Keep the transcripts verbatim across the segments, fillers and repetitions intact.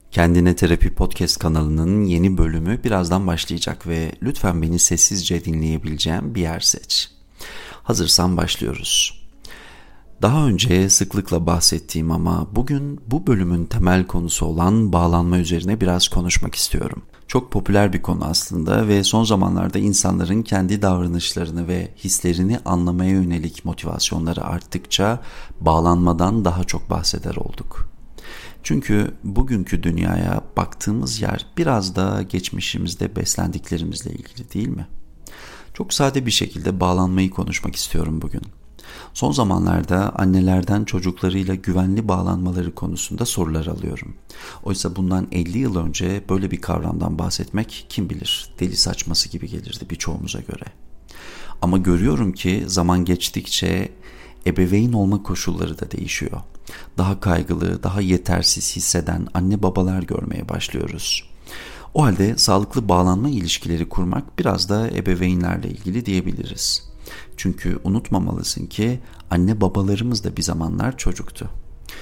Kendine Terapi Podcast kanalının yeni bölümü birazdan başlayacak ve lütfen beni sessizce dinleyebileceğim bir yer seç. Hazırsan başlıyoruz. Daha önce sıklıkla bahsettiğim ama bugün bu bölümün temel konusu olan bağlanma üzerine biraz konuşmak istiyorum. Çok popüler bir konu aslında ve son zamanlarda insanların kendi davranışlarını ve hislerini anlamaya yönelik motivasyonları arttıkça bağlanmadan daha çok bahseder olduk. Çünkü bugünkü dünyaya baktığımız yer biraz da geçmişimizde beslendiklerimizle ilgili değil mi? Çok sade bir şekilde bağlanmayı konuşmak istiyorum bugün. Son zamanlarda annelerden çocuklarıyla güvenli bağlanmaları konusunda sorular alıyorum. Oysa bundan elli yıl önce böyle bir kavramdan bahsetmek kim bilir deli saçması gibi gelirdi birçoğumuza göre. Ama görüyorum ki zaman geçtikçe ebeveyn olma koşulları da değişiyor. Daha kaygılı, daha yetersiz hisseden anne babalar görmeye başlıyoruz. O halde sağlıklı bağlanma ilişkileri kurmak biraz da ebeveynlerle ilgili diyebiliriz. Çünkü unutmamalısın ki anne babalarımız da bir zamanlar çocuktu.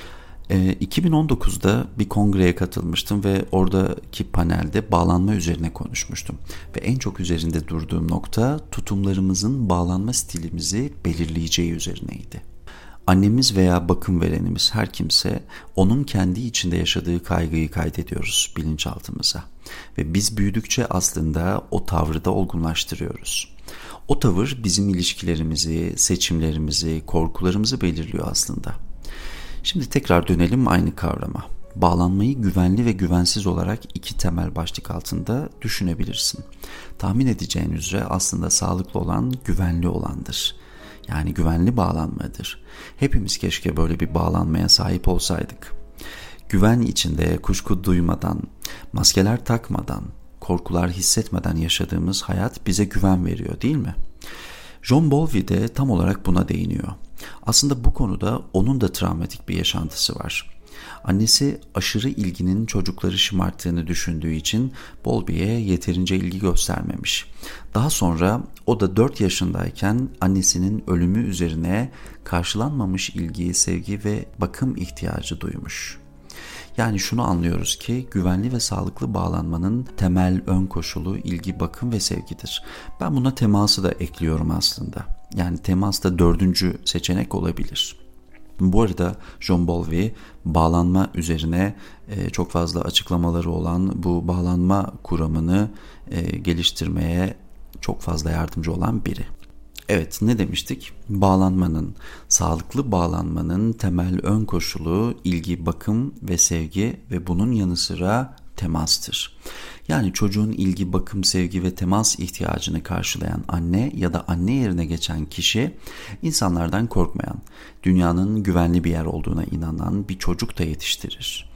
E, iki bin on dokuzda bir kongreye katılmıştım ve oradaki panelde bağlanma üzerine konuşmuştum. Ve en çok üzerinde durduğum nokta tutumlarımızın bağlanma stilimizi belirleyeceği üzerineydi. Annemiz veya bakım verenimiz her kimse onun kendi içinde yaşadığı kaygıyı kaydediyoruz bilinçaltımıza. Ve biz büyüdükçe aslında o tavrı da olgunlaştırıyoruz. O tavır bizim ilişkilerimizi, seçimlerimizi, korkularımızı belirliyor aslında. Şimdi tekrar dönelim aynı kavrama. Bağlanmayı güvenli ve güvensiz olarak iki temel başlık altında düşünebilirsin. Tahmin edeceğin üzere aslında sağlıklı olan güvenli olandır. Yani güvenli bağlanmadır. Hepimiz keşke böyle bir bağlanmaya sahip olsaydık. Güven içinde kuşku duymadan, maskeler takmadan, korkular hissetmeden yaşadığımız hayat bize güven veriyor değil mi? John Bowlby de tam olarak buna değiniyor. Aslında bu konuda onun da travmatik bir yaşantısı var. Annesi aşırı ilginin çocukları şımarttığını düşündüğü için Bowlby'ye yeterince ilgi göstermemiş. Daha sonra o da dört yaşındayken annesinin ölümü üzerine karşılanmamış ilgi, sevgi ve bakım ihtiyacı duymuş. Yani şunu anlıyoruz ki güvenli ve sağlıklı bağlanmanın temel ön koşulu ilgi, bakım ve sevgidir. Ben buna teması da ekliyorum aslında. Yani temas da dördüncü seçenek olabilir. Bu arada John Bowlby bağlanma üzerine e, çok fazla açıklamaları olan bu bağlanma kuramını e, geliştirmeye çok fazla yardımcı olan biri. Evet, ne demiştik? Bağlanmanın, sağlıklı bağlanmanın temel ön koşulu ilgi, bakım ve sevgi ve bunun yanı sıra temastır. Yani çocuğun ilgi, bakım, sevgi ve temas ihtiyacını karşılayan anne ya da anne yerine geçen kişi insanlardan korkmayan, dünyanın güvenli bir yer olduğuna inanan bir çocuk da yetiştirir.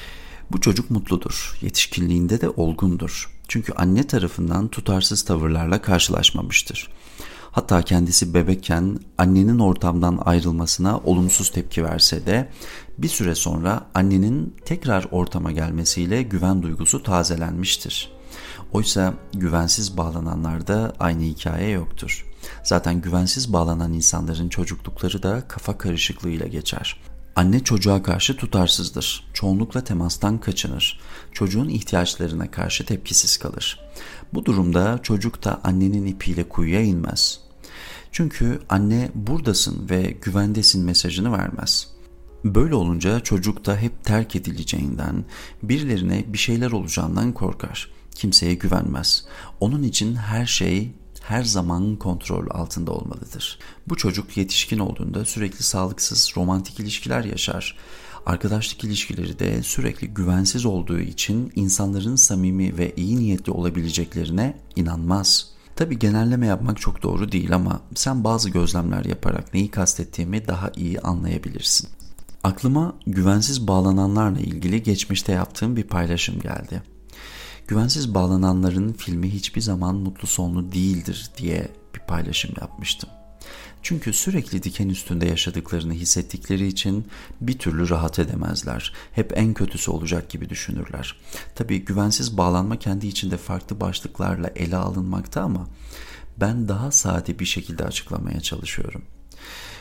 Bu çocuk mutludur, yetişkinliğinde de olgundur. Çünkü anne tarafından tutarsız tavırlarla karşılaşmamıştır. Hatta kendisi bebekken annenin ortamdan ayrılmasına olumsuz tepki verse de bir süre sonra annenin tekrar ortama gelmesiyle güven duygusu tazelenmiştir. Oysa güvensiz bağlananlarda aynı hikaye yoktur. Zaten güvensiz bağlanan insanların çocuklukları da kafa karışıklığıyla geçer. Anne çocuğa karşı tutarsızdır. Çoğunlukla temastan kaçınır. Çocuğun ihtiyaçlarına karşı tepkisiz kalır. Bu durumda çocuk da annenin ipiyle kuyuya inmez. Çünkü anne buradasın ve güvendesin mesajını vermez. Böyle olunca çocuk da hep terk edileceğinden, birilerine bir şeyler olacağından korkar. Kimseye güvenmez. Onun için her şey her zaman kontrol altında olmalıdır. Bu çocuk yetişkin olduğunda sürekli sağlıksız romantik ilişkiler yaşar. Arkadaşlık ilişkileri de sürekli güvensiz olduğu için insanların samimi ve iyi niyetli olabileceklerine inanmaz. Tabii genelleme yapmak çok doğru değil ama sen bazı gözlemler yaparak neyi kastettiğimi daha iyi anlayabilirsin. Aklıma güvensiz bağlananlarla ilgili geçmişte yaptığım bir paylaşım geldi. Güvensiz bağlananların filmi hiçbir zaman mutlu sonlu değildir diye bir paylaşım yapmıştım. Çünkü sürekli diken üstünde yaşadıklarını hissettikleri için bir türlü rahat edemezler. Hep en kötüsü olacak gibi düşünürler. Tabii güvensiz bağlanma kendi içinde farklı başlıklarla ele alınmakta ama ben daha sade bir şekilde açıklamaya çalışıyorum.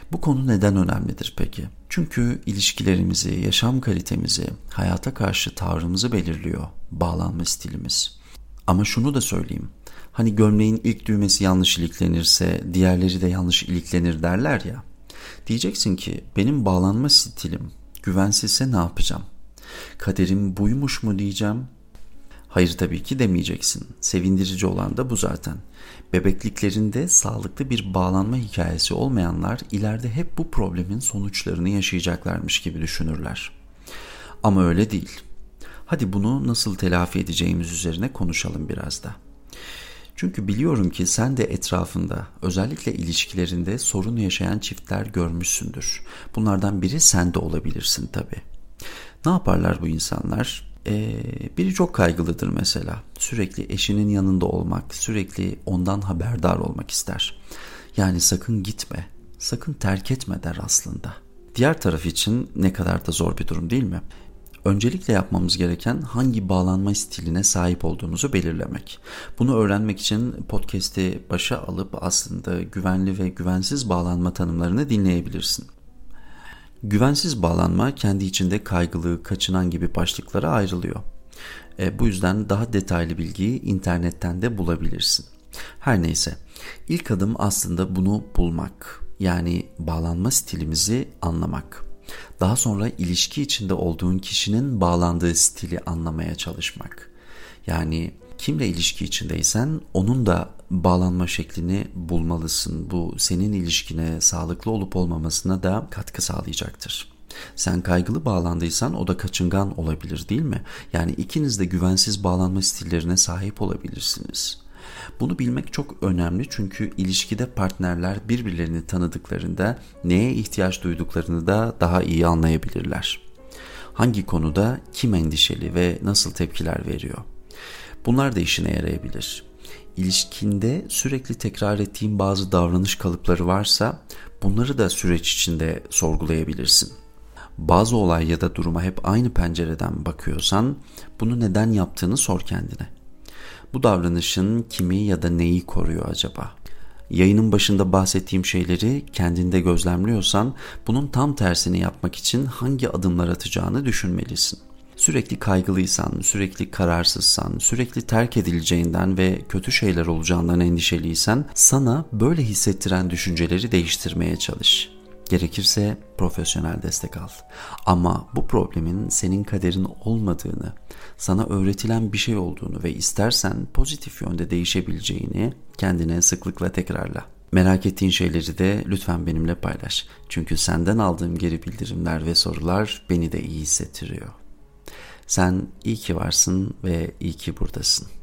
Bu konu neden önemlidir peki? Çünkü ilişkilerimizi, yaşam kalitemizi, hayata karşı tavrımızı belirliyor bağlanma stilimiz. Ama şunu da söyleyeyim. Hani gömleğin ilk düğmesi yanlış iliklenirse diğerleri de yanlış iliklenir derler ya. Diyeceksin ki benim bağlanma stilim güvensizse ne yapacağım? Kaderim buymuş mu diyeceğim? Hayır tabii ki demeyeceksin. Sevindirici olan da bu zaten. Bebekliklerinde sağlıklı bir bağlanma hikayesi olmayanlar ileride hep bu problemin sonuçlarını yaşayacaklarmış gibi düşünürler. Ama öyle değil. Hadi bunu nasıl telafi edeceğimiz üzerine konuşalım biraz da. Çünkü biliyorum ki sen de etrafında, özellikle ilişkilerinde sorun yaşayan çiftler görmüşsündür. Bunlardan biri sen de olabilirsin tabii. Ne yaparlar bu insanlar? Ee, biri çok kaygılıdır mesela. Sürekli eşinin yanında olmak, sürekli ondan haberdar olmak ister. Yani sakın gitme, sakın terk etme der aslında. Diğer taraf için ne kadar da zor bir durum değil mi? Öncelikle yapmamız gereken hangi bağlanma stiline sahip olduğumuzu belirlemek. Bunu öğrenmek için podcast'i başa alıp aslında güvenli ve güvensiz bağlanma tanımlarını dinleyebilirsin. Güvensiz bağlanma kendi içinde kaygılı, kaçınan gibi başlıklara ayrılıyor. E, bu yüzden daha detaylı bilgiyi internetten de bulabilirsin. Her neyse, ilk adım aslında bunu bulmak. Yani bağlanma stilimizi anlamak. Daha sonra ilişki içinde olduğun kişinin bağlandığı stili anlamaya çalışmak. Yani kimle ilişki içindeysen onun da bağlanma şeklini bulmalısın. Bu senin ilişkine sağlıklı olup olmamasına da katkı sağlayacaktır. Sen kaygılı bağlandıysan o da kaçıngan olabilir değil mi? Yani ikiniz de güvensiz bağlanma stillerine sahip olabilirsiniz. Bunu bilmek çok önemli çünkü ilişkide partnerler birbirlerini tanıdıklarında neye ihtiyaç duyduklarını da daha iyi anlayabilirler. Hangi konuda kim endişeli ve nasıl tepkiler veriyor? Bunlar da işine yarayabilir. İlişkinde sürekli tekrar ettiğin bazı davranış kalıpları varsa bunları da süreç içinde sorgulayabilirsin. Bazı olay ya da duruma hep aynı pencereden bakıyorsan bunu neden yaptığını sor kendine. Bu davranışın kimi ya da neyi koruyor acaba? Yayının başında bahsettiğim şeyleri kendinde gözlemliyorsan bunun tam tersini yapmak için hangi adımlar atacağını düşünmelisin. Sürekli kaygılıysan, sürekli kararsızsan, sürekli terk edileceğinden ve kötü şeyler olacağından endişeliysen sana böyle hissettiren düşünceleri değiştirmeye çalış. Gerekirse profesyonel destek al. Ama bu problemin senin kaderin olmadığını, sana öğretilen bir şey olduğunu ve istersen pozitif yönde değişebileceğini kendine sıklıkla tekrarla. Merak ettiğin şeyleri de lütfen benimle paylaş. Çünkü senden aldığım geri bildirimler ve sorular beni de iyi hissettiriyor. Sen iyi ki varsın ve iyi ki buradasın.